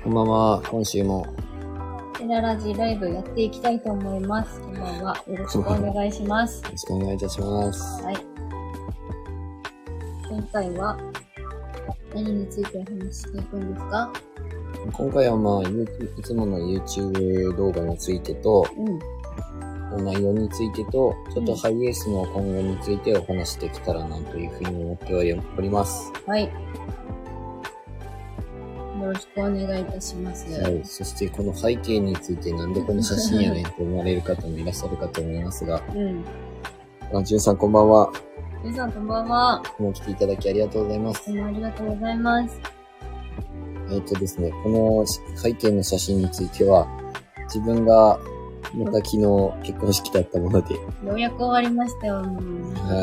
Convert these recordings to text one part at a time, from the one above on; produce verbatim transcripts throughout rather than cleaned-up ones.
こんばんは。今週もテララジライブやっていきたいと思います。こんばんは。よろしくお願いします。 よろしくお願いいたします。 はい。今回は何についてお話ししていくんですか？ 今回はまあ、いつもの YouTube 動画についてと、うん、内容についてと、ちょっとハイエースの今後についてお話してきたらなというふうに思っております。 はい。よろしくお願いいたします。 はい。そしてこの背景についてなんでこの写真やねんと思われる方もいらっしゃるかと思いますが。うん。あ、じゅんさんこんばんは。 じゅんさんこんばんは。 もう来ていただきありがとうございます。 どうもありがとうございます。 えっとですね、この背景の写真については、自分がまた昨日結婚式だったもので。 ようやく終わりましたよ。はい。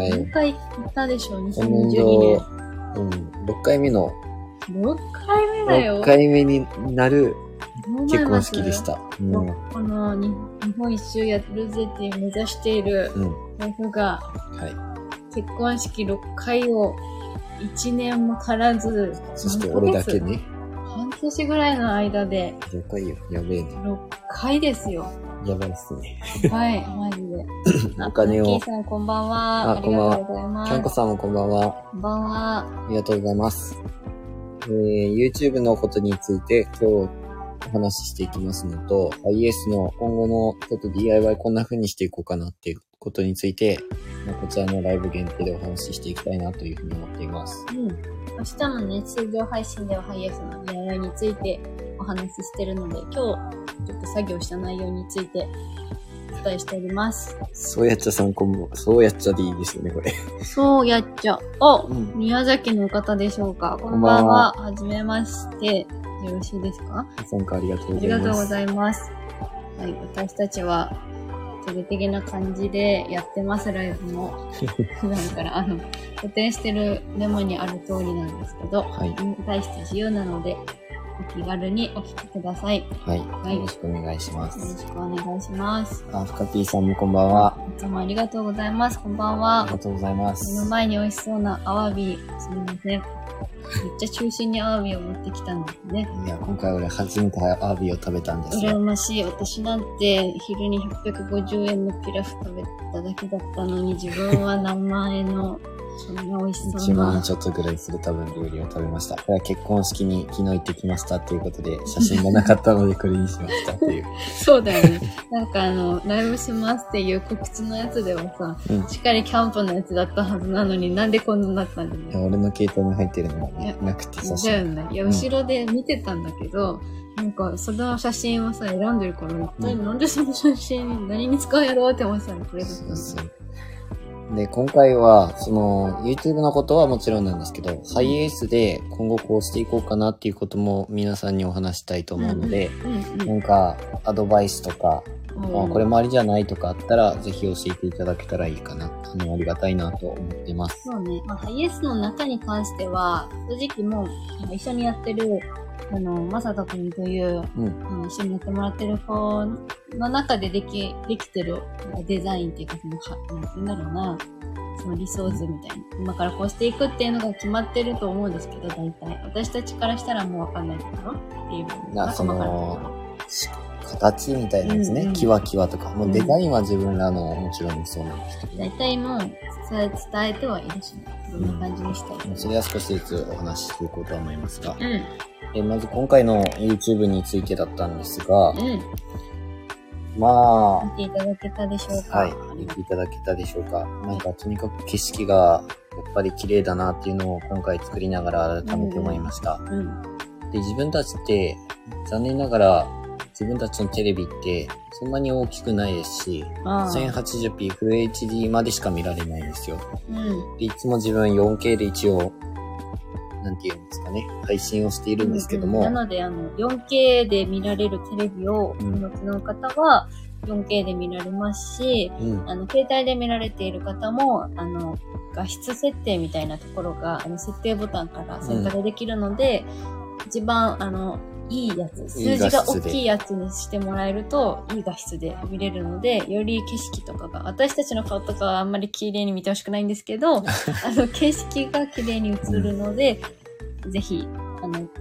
何回行ったでしょう、にせんにじゅうにねん。うん、ろっかいめの。 ろっかいめだよ。 ろっかいめになる結婚式でした。 うん、この日本一周やるぜって目指している夫婦が、うんはい、結婚式ろっかいをいちねんも足らず、 そして俺だけね。 半年ぐらいの間で。 やばいよ、やべえね。 ろっかいですよ。 やばいっすね。 はい、マジで。 お金を。 キーさんこんばんは。あ、こんばんは。ありがとうございます。 キャンコさんもこんばんは。 こんばんは。 ありがとうございます。えー、YouTube のことについて今日お話ししていきますのと、ハイエースの今後のちょっと ディーアイワイ こんな風にしていこうかなっていうことについて、まあ、こちらのライブ限定でお話ししていきたいなというふうに思っています。 うん。明日もね、通常配信ではハイエースの ディーアイワイ についてお話ししてるので、今日ちょっと作業した内容についてお伝えしております。 そうやっちゃさんこんばんは。そうやっちゃでいいですよね、これ。 そうやっちゃ。お、うん、宮崎の方でしょうか。こんばんは。はじめまして。よろしいですか？ 参加ありがとうございます。 ありがとうございます。はい、私たちは、テレ的な感じでやってます、ライブも。普段から、あの、固定してるメモにある通りなんですけど、はい。に対して自由なので、お気軽にお聞きください。 はい。はい、よろしくお願いします。 よろしくお願いします。 あ、ふかぴーさんもこんばんは。 いつもありがとうございます。こんばんは。 ありがとうございます。 目の前に美味しそうなアワビ、すみません。めっちゃ中心にアワビを持ってきたんですね。 いや、今回俺初めてアワビを食べたんですよ。 羨ましい。私なんて昼にひゃくごじゅうえんのピラフ食べただけだったのに、自分は何万円のそんな美味しそうな。いちまんちょっとぐらいする多分料理を食べました。これは結婚式に昨日行ってきましたっていうことで、写真がなかったのでこれにしましたっていう。 そうだよね。なんかあの、ライブしますっていう告知のやつではさ、うん、しっかりキャンプのやつだったはずなのになんでこんなになったんだろう。 いや、俺の携帯に入ってるのが、ね、なくて写真。 だよね。いや、後ろで見てたんだけど、うん、なんか、その写真をさ、選んでるから、一体なんでその写真、何に使うやろうって思ってたの、これだったの。そうそう。 で、今回は、その、YouTube のことはもちろんなんですけど、ハイエースで今後こうしていこうかなっていうことも皆さんにお話したいと思うので、うんうん、なんか、アドバイスとか、まあ、これもありじゃないとかあったら、ぜひ教えていただけたらいいかな。あの、ありがたいなと思っています。 そうね。まあ、ハイエースの中に関しては、正直もう、一緒にやってる、あの、まさとくんという、うん、一緒にやってもらってる子の中ででき、できてるデザインっていうか、その、なんて言うんだろうな、その理想図みたいな。今からこうしていくっていうのが決まってると思うんですけど、大体。私たちからしたらもうわかんないところっていうのがその、形みたいなですね。うんうん、キワキワとか。もうデザインは自分らのもちろんそうなんですけど。 大体もう伝えてはいるしね。どんな感じにしたい、 うん、それは少しずつお話ししていこうと思いますが。うん、えまず今回の YouTube についてだったんですが、うん、まあ。 見ていただけたでしょうか。 はい。見ていただけたでしょうか。なんかとにかく景色がやっぱり綺麗だなっていうのを今回作りながら改めて思いました。うんうん、で、自分たちって残念ながら自分たちのテレビってそんなに大きくないですし、せんはちじゅうピー フル エイチディー までしか見られないんですよ。うん、でいつも自分 よんケー で一応なんていうんですかね、配信をしているんですけども。 うんうん、なので、あの、よんケー で見られるテレビをお持ちの方は、よんケー で見られますし、うん、あの、携帯で見られている方も、あの、画質設定みたいなところが、あの、設定ボタンから選択できるので、うん、一番、あの、いいやつ、数字が大きいやつにしてもらえると、いい画質で見れるので、より景色とかが、私たちの顔とかはあんまり綺麗に見てほしくないんですけど、あの、景色が綺麗に映るので、うん、ぜひ、あの、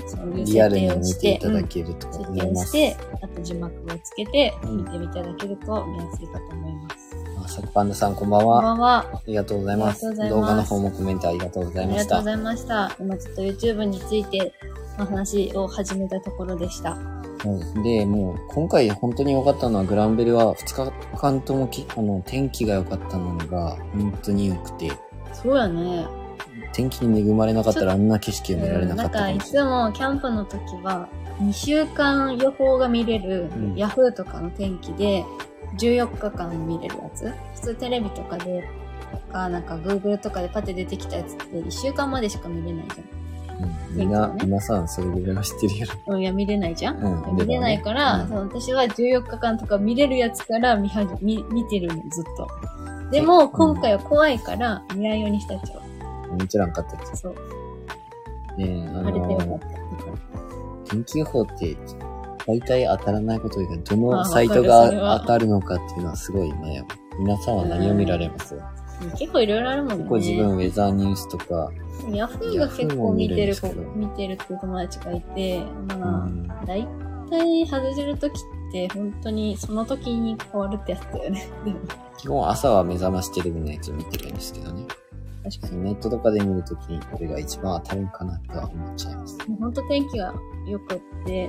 そういうリアルに設定を見してていただけると設思います。 定をして、あと字幕をつけて見ていただけると見やすいかと思います。 あ、さくパンダさんこんばんは。 こんばんは。 ありがとうございます。 ありがとうございます動画の方もコメントありがとうございました。 ありがとうございました。今ちょっと YouTube についての話を始めたところでした。 うん、で、もう今回本当に良かったのはグランベルはふつかかんともきあの天気が良かったのが本当に良くて。 そうやね。 天気に恵まれなかったらあんな景色を見られなかったかもしれない。 うん、なんかいつもキャンプの時はにしゅうかん予報が見れる、うん、ヤフーとかの天気でじゅうよっかかん見れるやつ。普通テレビとかでかなんか Google とかでパッて出てきたやつっていっしゅうかんまでしか見れないじゃん。 うん、みんな、ね、皆さんそれぐらいは知ってるやろ。 うん、いや、見れないじゃん、 うん、 見れないから、うん、その私はじゅうよっかかんとか見れるやつから見はじ、見、見てるの、ずっと。でも、今回は怖いから、見ないようにしたっちゃう。 見てらんかったっちゃう。 そう。 ねえ、あのー、 晴れてよかった。 天気予報って、大体当たらないこと以外、どのサイトが当たるのかっていうのはすごい悩む。皆さんは何を見られます？ 結構いろいろあるもんね。 結構自分ウェザーニュースとか、 ヤフーが結構見てる子、見てるっていう友達がいて、まあ、だいたい外れるときって本当にその時に変わるってやつだよね。 基本朝は目覚ましテレビのやつを見てるんですけどね。確かにネットとかで見るときにこれが一番当たるかなとは思っちゃいます。 本当天気が良くって、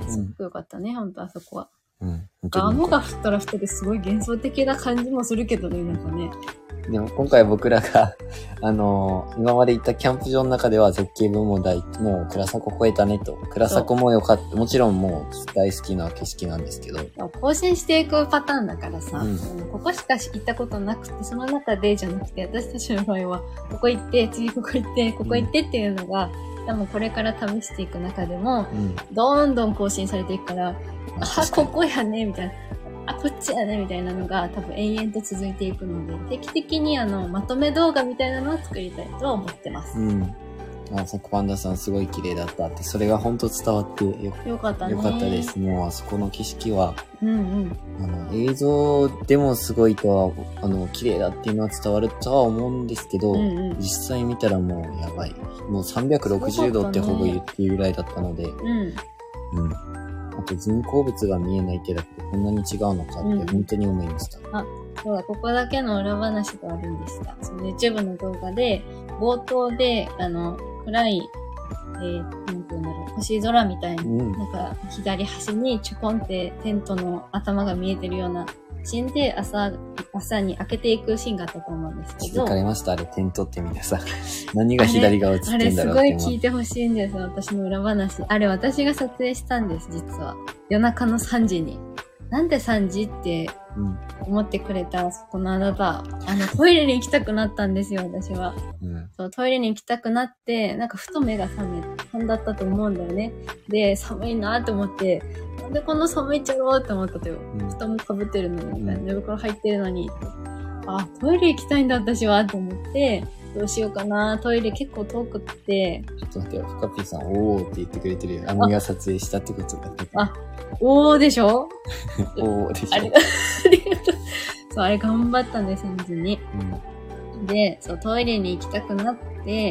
すごく良かったね、うん、本当あそこは。 うん。 雨が降ったら降ったですごい幻想的な感じもするけどね、なんかね。 でも今回僕らが、あのー、今まで行ったキャンプ場の中では絶景分も大、もう倉迫超えたねと。倉迫も良かった。もちろんもう大好きな景色なんですけど。 更新していくパターンだからさ、うん、ここしか行ったことなくて、その中でじゃなくて、私たちの場合は、ここ行って、次ここ行って、ここ行ってっていうのが、うん、多分これから試していく中でも、うん、どんどん更新されていくから、あ、ここやね、みたいな。あ、こっちやねみたいなのが多分延々と続いていくので、定期的にあの、まとめ動画みたいなのを作りたいと思ってます。 うん。あ、さくパンダさんすごい綺麗だったって、それが本当伝わってよ、 よかったね。 よかったです。もうあそこの景色は、 うんうん。 あの、映像でもすごいとは、あの、綺麗だっていうのは伝わるとは思うんですけど、うんうん、実際見たらもうやばい。もうさんびゃくろくじゅうどってほぼ言っていうぐらいだったので、うん。うん。あと人工物が見えないってだけでこんなに違うのかって本当に思いました。うん、 あ、そうだ、ここだけの裏話があるんでした。その YouTube の動画で、冒頭で、あの、暗い、えー、なんて言うんだろう、星空みたいな、うん、なんか左端にちょこんってテントの頭が見えてるようなシーンで朝、朝に開けていくシーンがあったと思うんですけど。 気づかれました、あれ、テントって皆さん。何が左側映ってんだろうって。 あれ、あれすごい聞いてほしいんです、私の裏話。あれ、私が撮影したんです、実は。夜中のさんじに。なんでさんじって思ってくれた、そこのあなた。あの、トイレに行きたくなったんですよ、私は。うん、そう、トイレに行きたくなって、なんかふと目が覚めたんだったと思うんだよね。で、寒いなと思って、なんでこんな寒いっちゃろうって思ったとよ。うん、布団もかぶってるのに、みたいな。寝袋入ってるのに。あ、トイレ行きたいんだ、私は、と思って、どうしようかな。トイレ結構遠くって。 ちょっと待ってよ、ふかぴーさん、おーって言ってくれてるよ。あのが撮影したってことだった。 あ、おーでしょおーでしょありがとう。ありがとう。そう、あれ頑張ったんです、さんじに。うん、で、そう、トイレに行きたくなって、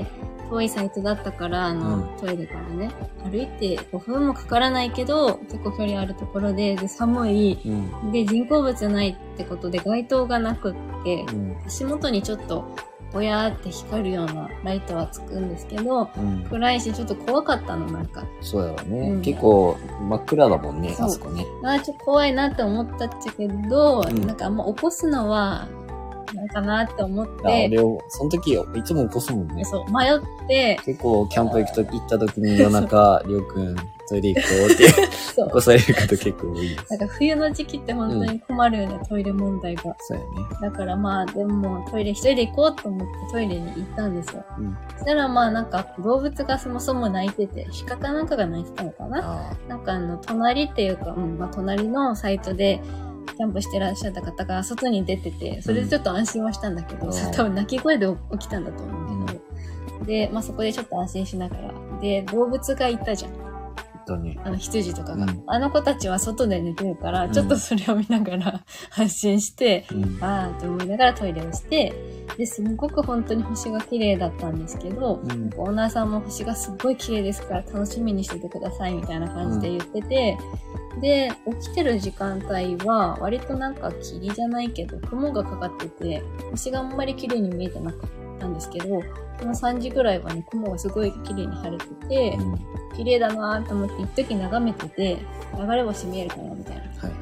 遠いサイトだったから、あの、うん、トイレからね、歩いてごふんもかからないけど、結構距離あるところで、で、寒い、うん、で、人工物ないってことで街灯がなくって、うん、足元にちょっと、ぼやーって光るようなライトはつくんですけど、うん、暗いしちょっと怖かったの、なんか。 そうやわね、うん。結構真っ暗だもんね、あそこね。 あちょっと怖いなって思ったっちゃけど、うん、なんかあんま起こすのは、なんかなって思って。あ、 俺を、その時、いつも起こすもんね。 そう、迷って。 結構、キャンプ行くと行った時に夜中、りょうくん、トイレ行こうって、起こされること結構多いです。 なんか冬の時期って本当に困るよね、うん、トイレ問題が。 そうやね。 だからまあ、でもトイレ一人で行こうと思ってトイレに行ったんですよ。うん、そしたらまあなんか動物がそもそも泣いてて、鹿かなんかが泣いてたのかな。なんかあの、隣っていうか、うん、まあ隣のサイトで、キャンプしてらっしゃった方が外に出てて、それでちょっと安心はしたんだけど、うん、多分泣き声で起きたんだと思うけど、うん、で、まあそこでちょっと安心しながら、で、動物がいたじゃん。 だね。 あの羊とかが、うん、あの子たちは外で寝てるから、うん、ちょっとそれを見ながら発信して、うん、あーと思いながらトイレをして、ですごく本当に星が綺麗だったんですけど、うん、オーナーさんも星がすっごい綺麗ですから楽しみにしててくださいみたいな感じで言ってて、うん、で、起きてる時間帯は割となんか霧じゃないけど雲がかかってて、星があんまり綺麗に見えてなかったんですけど、このさんじぐらいはね、雲がすごい綺麗に晴れてて、うん、綺麗だなと思って一時眺めてて、流れ星見えるかなみたいな。はい、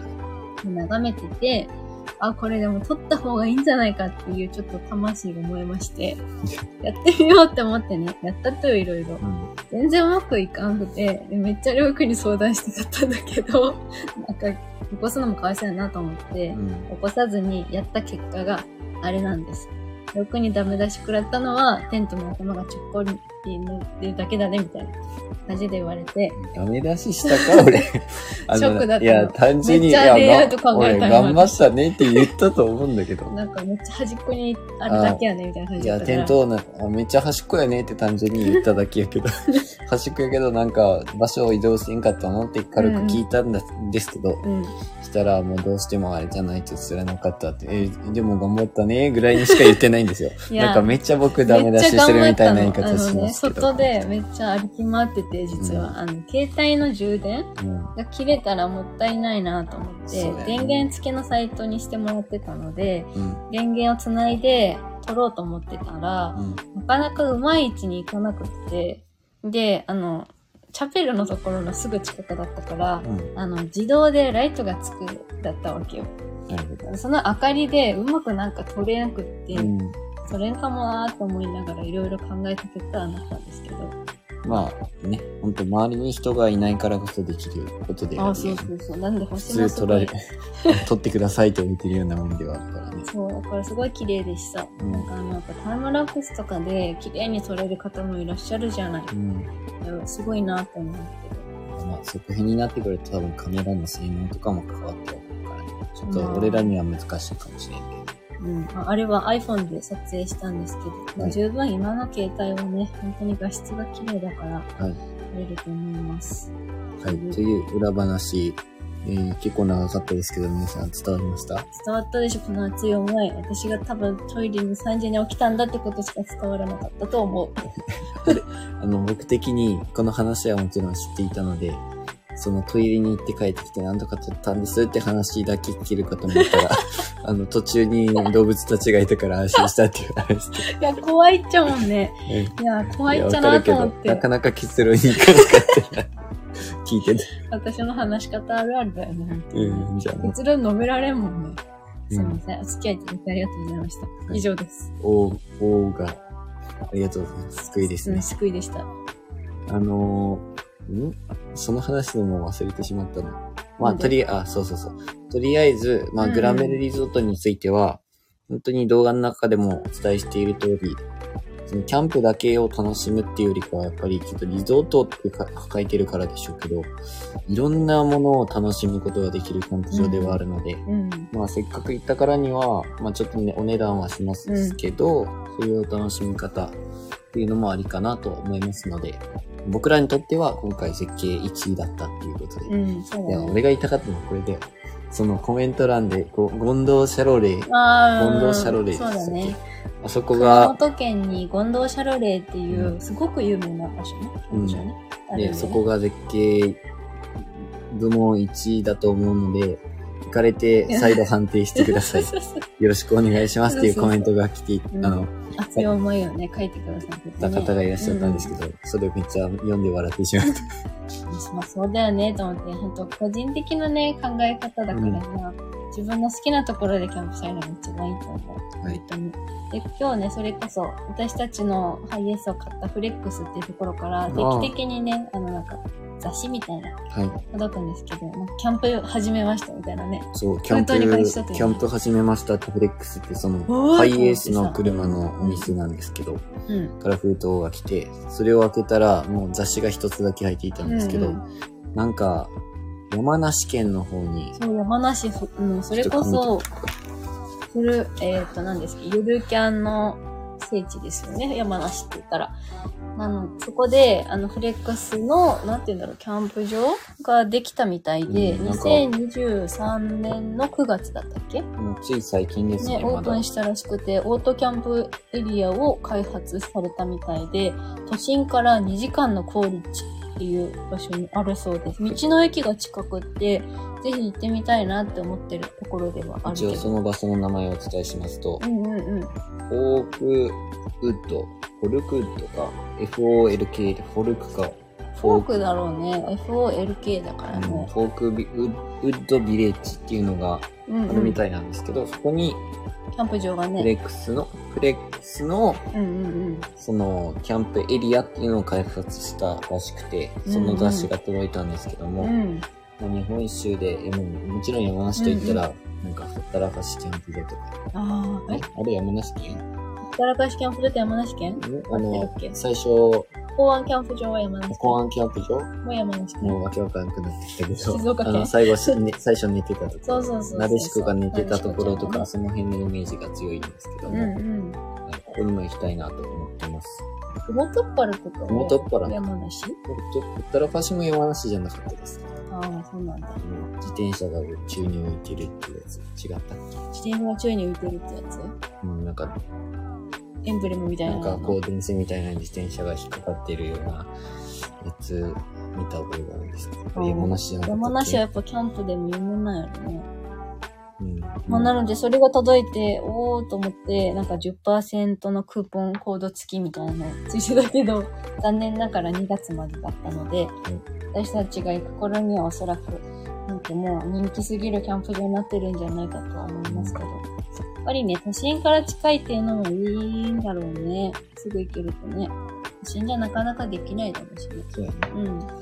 眺めてて、あ、これでも撮った方がいいんじゃないかっていうちょっと魂が燃えまして、やってみようって思ってね、やったとよ、いろいろ。うん、全然うまくいかんくて、めっちゃりょうくんに相談してたんだけど、なんか、起こすのもかわいそうやなと思って、うん、起こさずにやった結果があれなんです。りょうくんにダメ出し食らったのは、テントの頭がちょっこり乗ってるだけだね、みたいな感じで言われて。 ダメ出ししたか、俺。 あのショックだったの。 いや、単純に、 めっちゃレイアウト考えた俺頑張ったねって言ったと思うんだけど。 なんかめっちゃ端っこにあるだけやね、みたいな感じだったから。 いや、テントな、めっちゃ端っこやねって単純に言っただけやけど。端っこやけどなんか場所を移動せんかったのって軽く聞いたんだ、うん、ですけど。うん、したらもうどうしてもあれじゃないと知らなかったって、えー、でも頑張ったねぐらいにしか言ってないんですよ。なんかめっちゃ僕ダメ出ししてるみたいな言い方しますけど。 外でめっちゃ歩き回ってて、実は、うん、あの携帯の充電が切れたらもったいないなと思って、うんね、電源付きのサイトにしてもらってたので、うん、電源をつないで撮ろうと思ってたら、うん、なかなかうまい位置に行かなくて、で、あのチャペルのところのすぐ近くだったから、うん、あの自動でライトがつくだったわけよ。その明かりでうまくなんか撮れなくって、うん、撮れんかもなーと思いながらいろいろ考えた結果はなったんですけど。 まあね、ほんと周りに人がいないからこそできることである。 あ、そうそうそう。なんで星もすごい。普通撮られ、撮ってくださいと言ってるようなもんではあるからね。 そう、だからすごい綺麗でした。うん、なんかあの、やっぱタイムラプスとかで綺麗に撮れる方もいらっしゃるじゃない。うん、すごいなと思うけど。 まあ、続編になってくると多分カメラの性能とかも変わってくるからね。ちょっと俺らには難しいかもしれんけど。 うん、あ, あれは iPhone で撮影したんですけど、はい、十分今の携帯はね、本当に画質が綺麗だから、はい、撮れると思います。 はい、という裏話、えー、結構長かったですけど、皆さん伝わりました？ 伝わったでしょ、この熱い思い。私が多分トイレにさんじに起きたんだってことしか伝わらなかったと思う。 あの、僕的にこの話はもちろん知っていたので、そのトイレに行って帰ってきて何とか撮ったんですって話だけ聞けるかと思ったら、あの途中に動物たちがいたから安心したっていう話で。 いや、怖いっちゃもんね。いや、怖いっちゃなと思って。 なかなか結論に行かなかった聞いてた。 私の話し方あるあるだよね。うん、じゃあ。結論述べられんもんね。すいません。お付き合いいただきありがとうございました。はい、以上です。 おー、おーが、ありがとうございます。救いですね。うん、 救いでした。 あのー、んその話でも忘れてしまったの。まあ、とりあえず、あ、そうそうそう。とりあえず、まあ、グラメルリゾートについては、うん、本当に動画の中でもお伝えしている通り、そのキャンプだけを楽しむっていうよりかは、やっぱりちょっとリゾートって書いてるからでしょうけど、いろんなものを楽しむことができるキャンプ場ではあるので、うんうん、まあ、せっかく行ったからには、まあ、ちょっとね、お値段はしますけど、うん、そういうお楽しみ方っていうのもありかなと思いますので、僕らにとっては今回絶景いちいだったっていうことで。うん、そうだね。いや、俺が言いたかったのはこれで、そのコメント欄で、こう、ゴンドーシャロレー。あゴンドーシャロレー。 そうだね。 あそこが。 熊本県にゴンドーシャロレーっていう、すごく有名な場所ね。うん。ね、 で、そこが絶景部門いちいだと思うので、行かれて再度判定してください。よろしくお願いしますっていうコメントが来て、 うん、あの、熱い思いをね、書いてくださって、ね、 た方がいらっしゃったんですけど、うん、それをめっちゃ読んで笑ってしまった。 まあそうだよねと思って、本当個人的なね、考え方だからな、うん、自分の好きなところでキャンプしたいのが一番いいと思う。はい。本当に。で、今日ね、それこそ、私たちのハイエースを買ったフレックスっていうところから、定期的にね、あのなんか、雑誌みたいな、はい、届くんですけど、なんかキャンプ始めましたみたいなね。 そう、キャンプ、キャンプ始めましたってフレックスってその、ハイエースの車のお店なんですけど、うん、から封筒が来て、それを開けたら、もう雑誌が一つだけ入っていたんですけど、うんうん、なんか、山梨県の方に。 そう、山梨、うん、それこそ、フル、えっと、何ですか、ゆるキャンの聖地ですよね、山梨って言ったら。 なの、そこで、あの、フレックスの、なんて言うんだろう、キャンプ場ができたみたいで、うん、にせんにじゅうさんねんのくがつだったっけ？ もうつい最近ですね。 ね、オープンしたらしくて、オートキャンプエリアを開発されたみたいで、都心からにじかんの好立地っていう場所にあるそうです。道の駅が近くって、ぜひ行ってみたいなって思ってるところではあるけど。 一応その場所の名前をお伝えしますと、 うんうんうん。 フォークウッド、フォルクウッドか、エフオーエルケー でフォルクか。 フォークだろうね。エフオーエルケー だからね。うん、 フォークウッドビレッジっていうのがあるみたいなんですけど、うんうん、そこに、 キャンプ場がね。 フレックスの、フレックスの、 うんうんうん、 その、キャンプエリアっていうのを開発したらしくて、その雑誌が届いたんですけども、うんうんまあ、日本一周で、も, もちろん山梨と言ったら、うんうん、なんか、ほったらかしキャンプ場とか。 ああ、えあれ山梨県？ ほったらかしキャンプ場って山梨県？ あの、最初、 公安キャンプ場は山梨県。 公安キャンプ場もう山梨県。 もうわけわかんなくなってきたけど。 静岡県。 あの、最後し、ね、最初寝てたところ。 そうそうそう。 なでしこが寝てたところとか、その辺のイメージが強いんですけども。うんうん。ここにも行きたいなと思ってます。 麓っ腹とかは麓っ腹。 山梨？ ほったらかしも山梨じゃなかったですか？ ああ、そうなんだ。 自転車が宙に浮いてるっていうやつ、違ったっけ？ 自転車が宙に浮いてるってやつ？ うん、なんか、 エンブレムみたいな。 なんかこう電線みたいな自転車が引っかかってるようなやつ見た覚えがあるんですけど、山梨じゃなかったっけ？ 山梨はやっぱキャンプでも有名なんやろね。 うん。 まあ、なので、それが届いて、おーと思って、なんか じゅっパーセント のクーポンコード付きみたいなのついてたけど、残念ながらにがつまでだったので、うん、私たちが行く頃にはおそらく、なんかもう人気すぎるキャンプ場になってるんじゃないかとは思いますけど、やっぱりね、都心から近いっていうのもいいんだろうね。すぐ行けるとね。都心じゃなかなかできないだろうしね。 そうやね。 うん。 はい。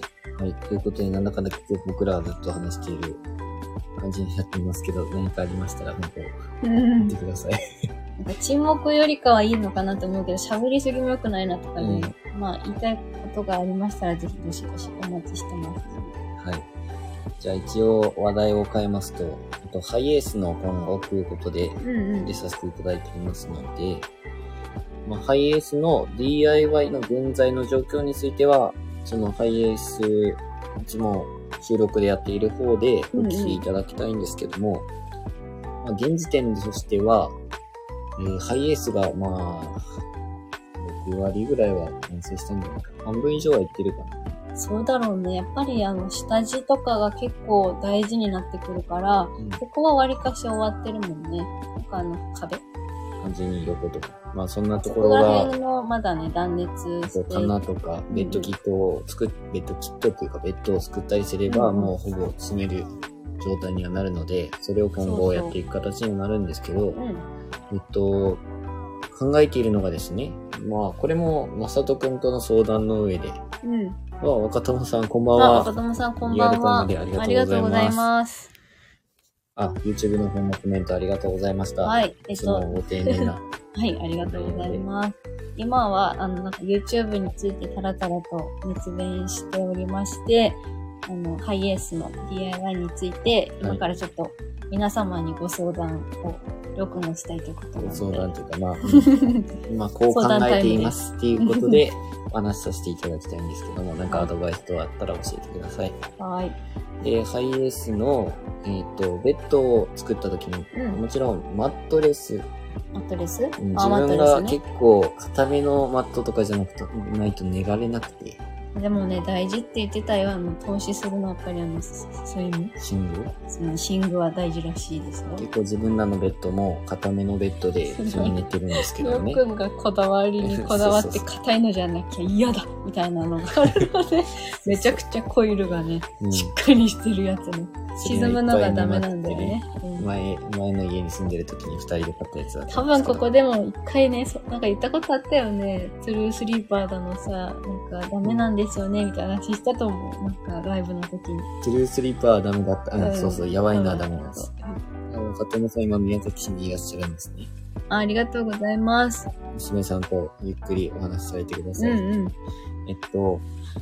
ということで、なんだかんだ僕らはずっと話している感じになっていますけど、何かありましたら、本当、言ってください。 なんか沈黙よりかはいいのかなと思うけど、喋りすぎも良くないなとかね、うん、まあ言いたいことがありましたら、ぜひどしどしお待ちしてます。 はい。じゃあ一応話題を変えますと、あとハイエースの今後ということで、入れさせていただいておりますので、うんうんまあ、ハイエースの ディーアイワイ の現在の状況については、そのハイエース、いつも収録でやっている方でお聞きいただきたいんですけども、うんうんまあ、現時点としては、えー、ハイエースがまあ、ろくわりぐらいは完成したんじゃないかな。半分以上はいってるかな。 そうだろうね。やっぱりあの、下地とかが結構大事になってくるから、うん、ここは割かし終わってるもんね。なんかあの、壁。 完全に横とか。まあそんなところが。 そこら辺のまだね、断熱して。 棚とか、ベッドキットを作っ、うん、ベッドキットっていうかベッドを作ったりすれば、うん、もうほぼ積める状態にはなるので、それを今後やっていく形になるんですけど、そうそううん、えっと、考えているのがですね、まあこれも、まさとくんとの相談の上で、うん。あ、若友さんこんばんは。 若友さんこんばんは。 ありがとうございます。あ、YouTube の方のコメントありがとうございました。 はい。えっと。 ご丁寧な。 はい、ありがとうございます。今は、あの、なんか YouTube についてタラタラと熱弁しておりまして、あの、ハイエースの ディーアイワイ について、今からちょっと皆様にご相談を、りょうくんがしたいということなので。 ご相談というか、まあ、今こう考えていますっていうことで、お話しさせていただきたいんですけども、なんかアドバイスとあったら教えてください。 はい。 で、ハイエースの、えっと、ベッドを作った時に、うん、もちろんマットレス、 マットレス？ 自分が結構固めのマットとかじゃなくて、ないと寝られなくて。 でもね、大事って言ってたよ。あの、投資するのはやっぱりあの、そういうの。 寝具？ その寝具は大事らしいですよ。 結構自分らのベッドも固めのベッドで一緒に寝てるんですけどね。 りょうくんがこだわりにこだわって硬いのじゃなきゃ嫌だみたいなのがあるので、めちゃくちゃコイルがね、うん、しっかりしてるやつね。沈むのがダメなんだよね。 うん、前、前の家に住んでる時に二人で買ったやつだった。 多分ここでも一回ね、そなんか言ったことあったよね。トゥルースリーパーだのさ、なんかダメなんですよね、みたいな話したと思う。なんかライブの時に。 トゥルースリーパーはダメだった。うん、うん、そうそう、やばいのはダメなんです。あの、かともさん今宮崎市にいらっしゃるんですね。 あ、ありがとうございます。 娘さんとゆっくりお話しされてください。 うんうん。 えっと、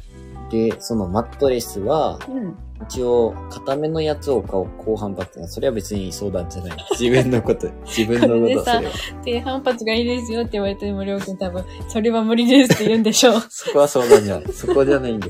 で、そのマットレスは、うん、一応、固めのやつを買おう、高反発が。それは別に相談じゃない。自分のこと、自分のこと、それは。 低反発がいいですよって言われても、りょうくん多分、それは無理ですって言うんでしょう。 そこは相談じゃない。そこじゃないんです。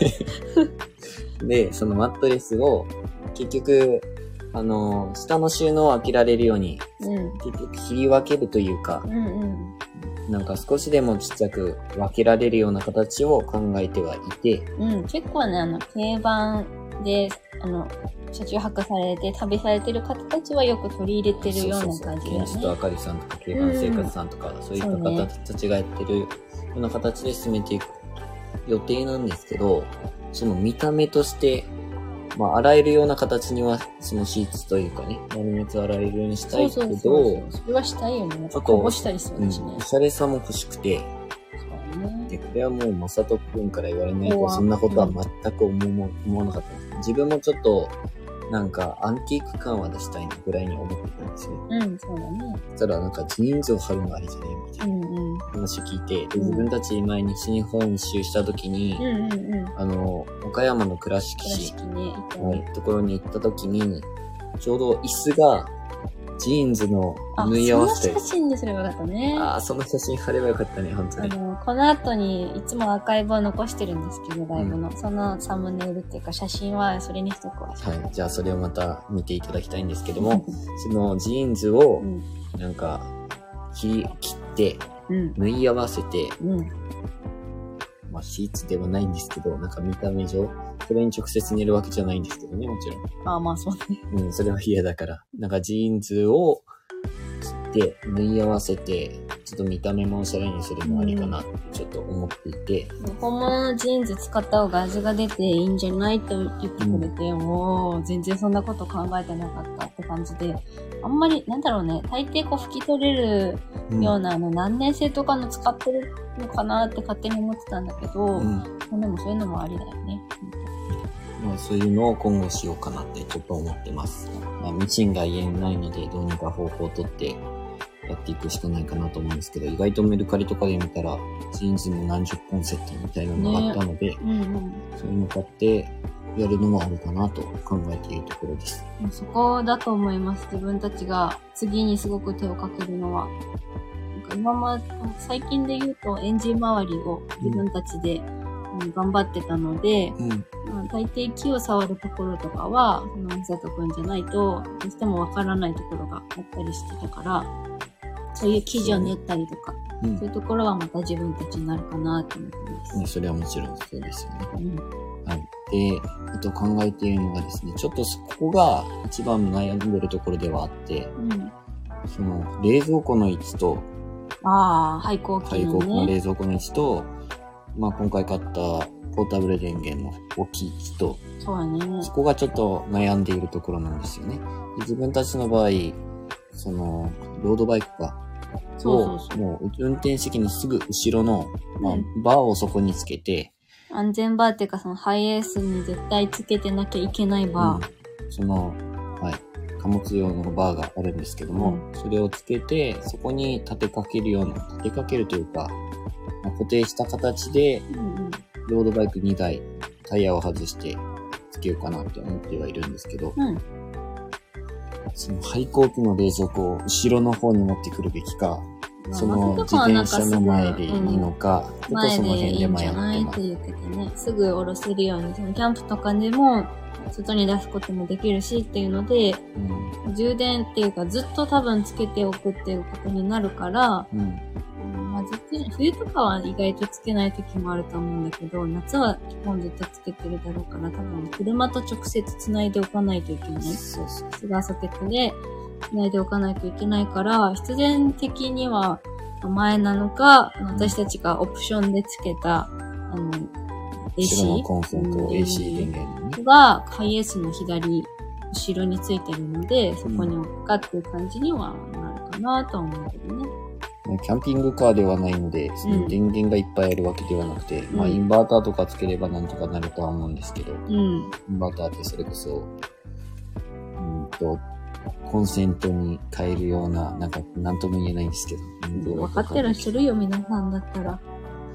で、そのマットレスを、結局、あの、下の収納を開けられるように、うん、結局切り分けるというか、うんうん、なんか少しでもちっちゃく分けられるような形を考えてはいて、 うん、結構ね、あの、定番で、あの、車中泊されて旅されてる方たちはよく取り入れてるような感じだよね。 ケンチとあかりさんとか、軽バン生活さんとか、うん、そういった方たちがやってるような形で進めていく予定なんですけど、その見た目として、まあ、洗えるような形には、そのシーツというかね、丸熱洗えるようにしたいけど、そうそうそうそうそれはしたいよね。ちょっとこぼしたりするしね、 うん。おしゃれさも欲しくて、そうね。で、これはもう、まさとくんから言われないと、そんなことは全く思う、思わなかったんです。自分もちょっと、なんか、アンティーク感は出したいなぐらいに思ってたんですよ。 うん、そうだね。 そしたら、なんか、ジーンズを貼るのありじゃねみたいな話聞いて、うんうん、で自分たち前西日本一周した時に、うんうんうん、あの、岡山の倉敷市のところに行った時に、ちょうど椅子が、ジーンズの縫い合わせて。 その写真ですればよかったね。 ああ、その写真貼ればよかったね、本当に。 あの、この後にいつもアーカイブを残してるんですけど、ライブの。うん、そのサムネイルっていうか写真はそれにしとくわ。 はい。じゃあそれをまた見ていただきたいんですけども、そのジーンズを、なんか、切り、切って、縫い合わせて、うん、まあ、シーツではないんですけど、なんか見た目上、それに直接寝るわけじゃないんですけどね、もちろん。 ああ、まあそうね。 うん、それは嫌だから。なんかジーンズを切って縫い合わせて、ちょっと見た目もおしゃれにするのありかなってちょっと思っていて。 うん、本物のジーンズ使った方が味が出ていいんじゃないって言ってくれて、うん、もう全然そんなこと考えてなかったって感じで、あんまり、なんだろうね、大抵こう拭き取れるような、うん、あの何年生とかの使ってるのかなって勝手に思ってたんだけど、うん、でもそういうのもありだよね。 まあ、そういうのを今後しようかなってちょっと思ってます。まあ、ミシンが家にないのでどうにか方法を取ってやっていくしかないかなと思うんですけど、意外とメルカリとかで見たらジーンズの何十本セットみたいなのがあったので、ねうんうん、そういうの買ってやるのもあるかなと考えているところです。 そこだと思います。自分たちが次にすごく手をかけるのは。なんか今ま、最近で言うとエンジン周りを自分たちで、うんうん、頑張ってたので、うんまあ、大抵木を触るところとかは、そのみさとくんじゃないと、どうしてもわからないところがあったりしてたから、そういう生地を練ったりとか、そう,、うん、そういうところはまた自分たちになるかなと思ってます。 ね、それはもちろんそうですよね。うんはい。で、あと考えているのがですね、ちょっとここが一番悩んでるところではあって、うん、その冷蔵庫の位置と、 ああ、廃校機のね。 廃校機の冷蔵庫の位置と、まあ今回買ったポータブル電源の大きい位置と、 そうだね。 そこがちょっと悩んでいるところなんですよね。で自分たちの場合、その、ロードバイクか。 そうそうそう。 もう運転席のすぐ後ろの、まあ、うん、バーをそこにつけて、 安全バーっていうかそのハイエースに絶対つけてなきゃいけないバー。 うん、その、はい。貨物用のバーがあるんですけども、うん、それをつけて、そこに立てかけるような、立てかけるというか、まあ、固定した形で、うんうん、ロードバイクにだい、タイヤを外してつけようかなって思ってはいるんですけど、うん、その廃校機の冷蔵庫を後ろの方に持ってくるべきか、その自転車の前でいいのか、 ちょっとその辺で迷ってます。前でいいんじゃないって言っててね、すぐ下ろせるように、そのキャンプとかでも外に出すこともできるしっていうので、うん、充電っていうかずっと多分つけておくっていうことになるから、うんまあ、ずっと冬とかは意外とつけない時もあると思うんだけど、夏は基本ずっとつけてるだろうから、多分車と直接繋いでおかないといけない。そうそう。シガーソケットで繋いでおかないといけないから、必然的には前なのか、私たちがオプションでつけた、あの、エーシーのコンセント、エーシー 電源、 ね、がハイエースの左後ろについてるので、そこに置くかっていう感じにはなるかなと思うけどね。 キャンピングカーではないので、その電源がいっぱいあるわけではなくて、うん、まあインバーターとかつければなんとかなるとは思うんですけど、うん、インバーターってそれこそ、うんと、コンセントに変えるような、なんか、なんとも言えないんですけど。 分かってらっしゃるよ、皆さんだったら。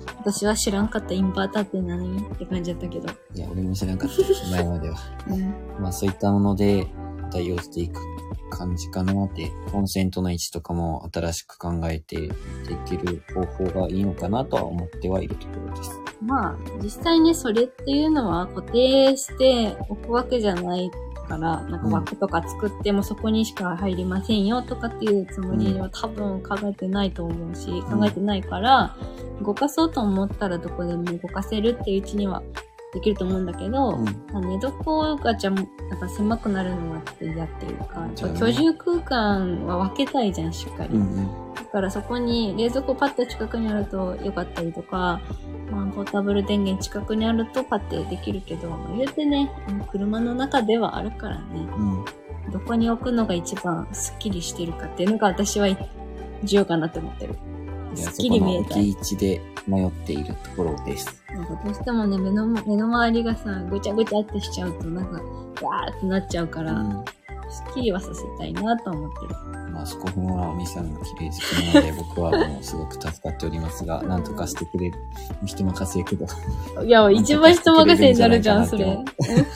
私は知らんかったインバーターって何って感じだったけど。 いや、俺も知らんかった。前までは。うん、まあそういったもので対応していく感じかなって、コンセントの位置とかも新しく考えてできる方法がいいのかなとは思ってはいるところです。 まあ、実際にそれっていうのは固定しておくわけじゃないから、なんか枠とか作ってもそこにしか入りませんよとかっていうつもりは多分考えてないと思うし、うん、考えてないから、動かそうと思ったらどこでも動かせるっていううちにはできると思うんだけど、うん、寝床がじゃなんか狭くなるのは嫌っていうか、居住空間は分けたいじゃん、しっかり。うんうん、だからそこに冷蔵庫パッと近くにあると良かったりとか、まあ、ポータブル電源近くにあるとパッてできるけど、言うてね、車の中ではあるからね、うん、どこに置くのが一番スッキリしてるかっていうのが私は重要かなって思ってる。 すっきり見えたい。置き位置で迷っているところです。 なんかどうしてもね、目の、目の周りがさ、ぐちゃぐちゃってしちゃうと、なんか、わーってなっちゃうから、うん、すっきりはさせたいなと思ってる。 まあ、そこはおみさんが綺麗好きなので、僕はもうすごく助かっておりますが、なんとかしてくれる。人任せやけど。 いや、一番人任せになるじゃん、それ。で、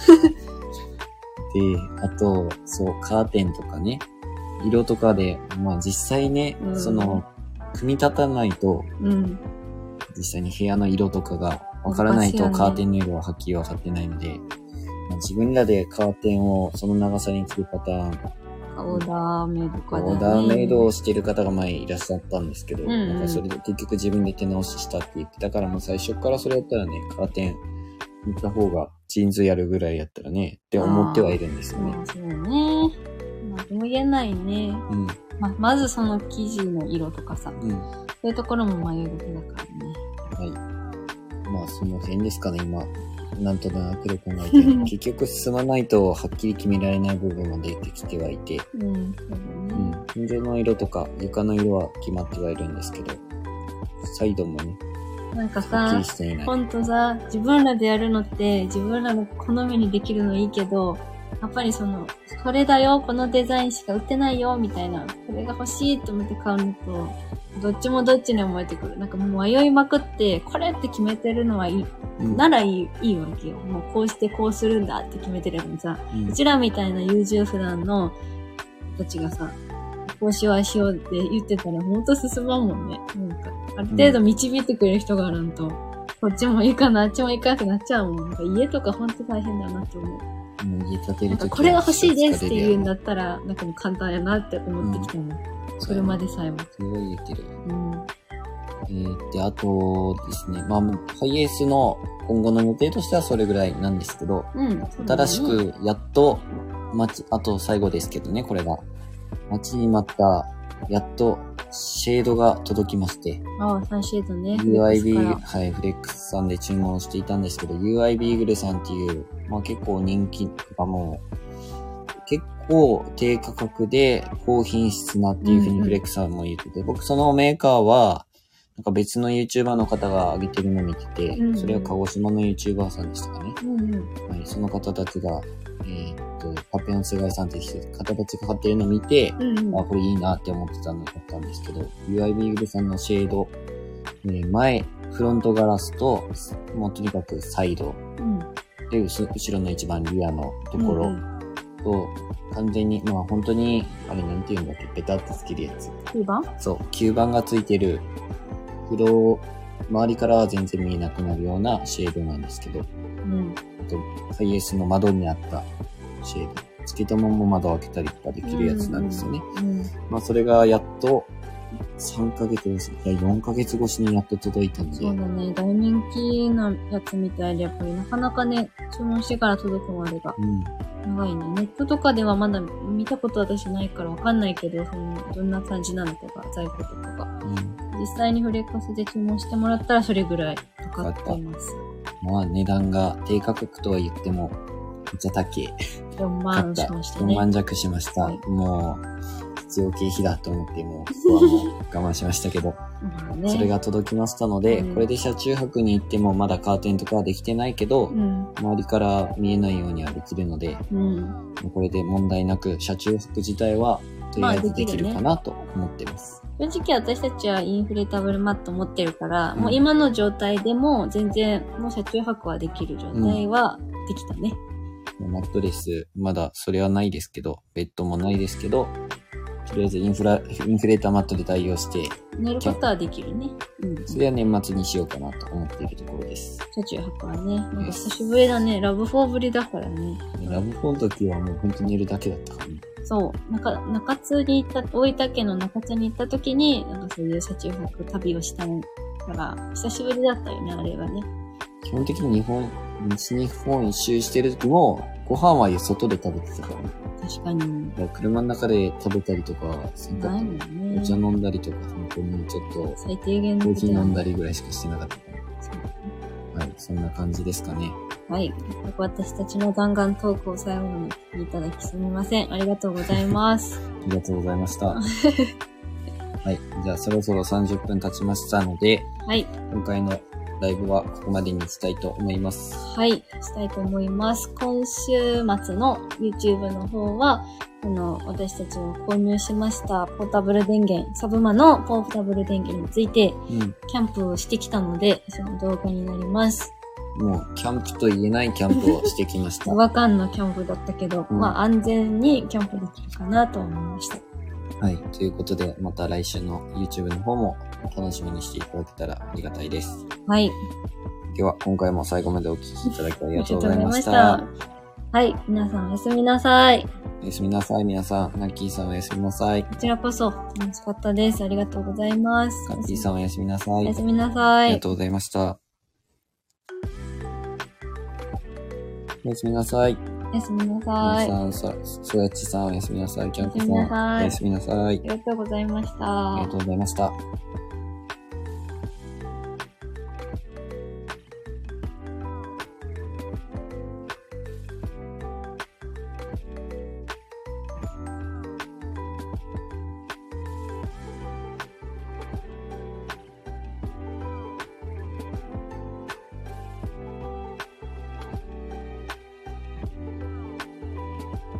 あと、そう、カーテンとかね、色とかで、まあ実際ね、うん、その、組み立たないと、うん、実際に部屋の色とかがわからないと、カーテンの色ははっきりわかってないので、まあ、自分らでカーテンをその長さに着るパターン、 オーダーメイドか、ね、 オーダーメイドをしてる方が前いらっしゃったんですけど、うんうん、なんかそれで結局自分で手直ししたって言ってたから、もう最初からそれやったらね、カーテン塗った方がジーンズやるぐらいやったらね、って思ってはいるんですよね。 そうね。まあ、でも言えないね。うん。まあ、まずその生地の色とかさ、うん、そういうところも迷いがちだからね。 はい。まあその辺ですかね、今。なんとなくで考えて。結局進まないとはっきり決められない部分も出てきてはいて。うん。そうだね。うん。天井の色とか床の色は決まってはいるんですけど、サイドもね。 なんかさ、ほんとさ、自分らでやるのって自分らの好みにできるのいいけど、やっぱりその、これだよ、このデザインしか売ってないよ、みたいな、これが欲しいと思って買うのと、どっちもどっちに思えてくる。なんかもう迷いまくって、これって決めてるのはいい。うん、ならいい、いいわけよ。もうこうしてこうするんだって決めてるのにさ、うん、うちらみたいな優柔不断のたちがさ、こうしようあしようって言ってたらほんと進まんもんね。なんか、ある程度導いてくれる人があらんと、うん、こっちもいいかな、あっちもいいかってなっちゃうもん。なんか家とかほんと大変だなって思う。 もう家建てるときこれが欲しいですって言うんだったら、なんかもう簡単やなって思ってきたの。うん、車でさえも。 すごい言ってる。うん。えー、で、あとですね、まあ、ハイエースの今後の予定としてはそれぐらいなんですけど、うん、新しくやっと、待ち、あと最後ですけどね、これが。待ちに待った、やっと、シェードが届きまして。 ああ、サンシェードね。 ユーアイビー、はい、フレックスさんで注文していたんですけど、ユーアイビーグルさんっていう、まあ結構人気とかも、結構低価格で高品質なっていうふうにフレックスさんも言ってて、うんうん、僕そのメーカーは、なんか別の YouTuber の方が上げてるのを見てて、うんうん、それは鹿児島の YouTuber さんでしたかね。うんうん、はい、その方たちが、えー、っと、パペオン菅井さんっていう方たちが買ってるのを見て、うんうん、あ、これいいなって思ってたのだったんですけど、ユーアイビー グルさんのシェード、えー、前、フロントガラスと、もうとにかくサイド、うん、で、後ろの一番リアのところと、うんうん、完全に、まあ本当に、あれなんて言うんだっけ、ペタってつけるやつ。 吸盤？ そう、吸盤がついてる、黒、周りからは全然見えなくなるようなシェードなんですけど、うん、あと、ハイエースの窓にあったシェード。つけたまま窓を開けたりとかできるやつなんですよね。うんうん、まあそれがやっと、さんかげつごし、いやよんかげつごしにやっと届いたんで。 そうだね。大人気なやつみたいで、やっぱりなかなかね、注文してから届くまでが長いね。うん、ネットとかではまだ見たこと私ないからわかんないけど、そのどんな感じなのかが、在庫とかが。うん、実際にフレックスで注文してもらったらそれぐらいかかっています。 まあ値段が低価格とは言っても、めっちゃ高い。 よんまんしましたね。 よんまん弱しました。はい、もう、必要経費だと思って、もう、ここはもう我慢しましたけど、ね、それが届きましたので、うん、これで車中泊に行ってもまだカーテンとかはできてないけど、うん、周りから見えないようにはできるので、うん、これで問題なく車中泊自体はとりあえずできるかなと思ってます。 まあね、正直私たちはインフレータブルマット持ってるから、うん、もう今の状態でも全然もう車中泊はできる状態はできたね。 うん、マットレス、まだそれはないですけど、ベッドもないですけど、とりあえずインフラ、インフレーターマットで対応して。 寝ることはできるね。 うん。それは年末にしようかなと思っているところです。 車中泊はね。なんか久しぶりだね。ラブフォーぶりだからね。 ラブフォーの時はもう本当に寝るだけだったからね。 そう。なんか、中津に行った、大分県の中津に行った時に、なんかそういう車中泊旅をしたから、久しぶりだったよね、あれはね。 基本的に日本、西日本一周してる時も、ご飯は外で食べてたからね。 確かに。 だから車の中で食べたりとか、 ないもんね。 お茶飲んだりとか、本当にちょっと、 最低限のコーヒー飲んだりぐらいしかしてなかったから。そうね。はい、そんな感じですかね。 はい。私たちの弾丸トークを最後に聞いていただきすみません。ありがとうございます。 ありがとうございました。はい。じゃあそろそろさんじゅっぷん経ちましたので、 はい。 今回のライブはここまでにしたいと思います。 はい。したいと思います。今週末の YouTube の方は、あの、私たちが購入しましたポータブル電源、サブマのポータブル電源について、うん、キャンプをしてきたので、その動画になります。 もう、キャンプと言えないキャンプをしてきました。 わかんのキャンプだったけど、うん、まあ安全にキャンプできるかなと思いました。 はい。ということで、また来週の YouTube の方も楽しみにしていただけたらありがたいです。 はい。 では、今回も最後までお聞きいただきありがとうございました。ありがとうございました。 はい。皆さんおやすみなさい。 おやすみなさい、皆さん。ナッキーさんおやすみなさい。 こちらこそ楽しかったです。ありがとうございます。 ナッキーさんおやすみなさい。 おやすみなさい。 ありがとうございました。おやすみなさい。 おやすみなさい。 皆さん、そやちさんおやすみなさい。キャンプさんおやすみなさい。ありがとうございました。 ありがとうございました。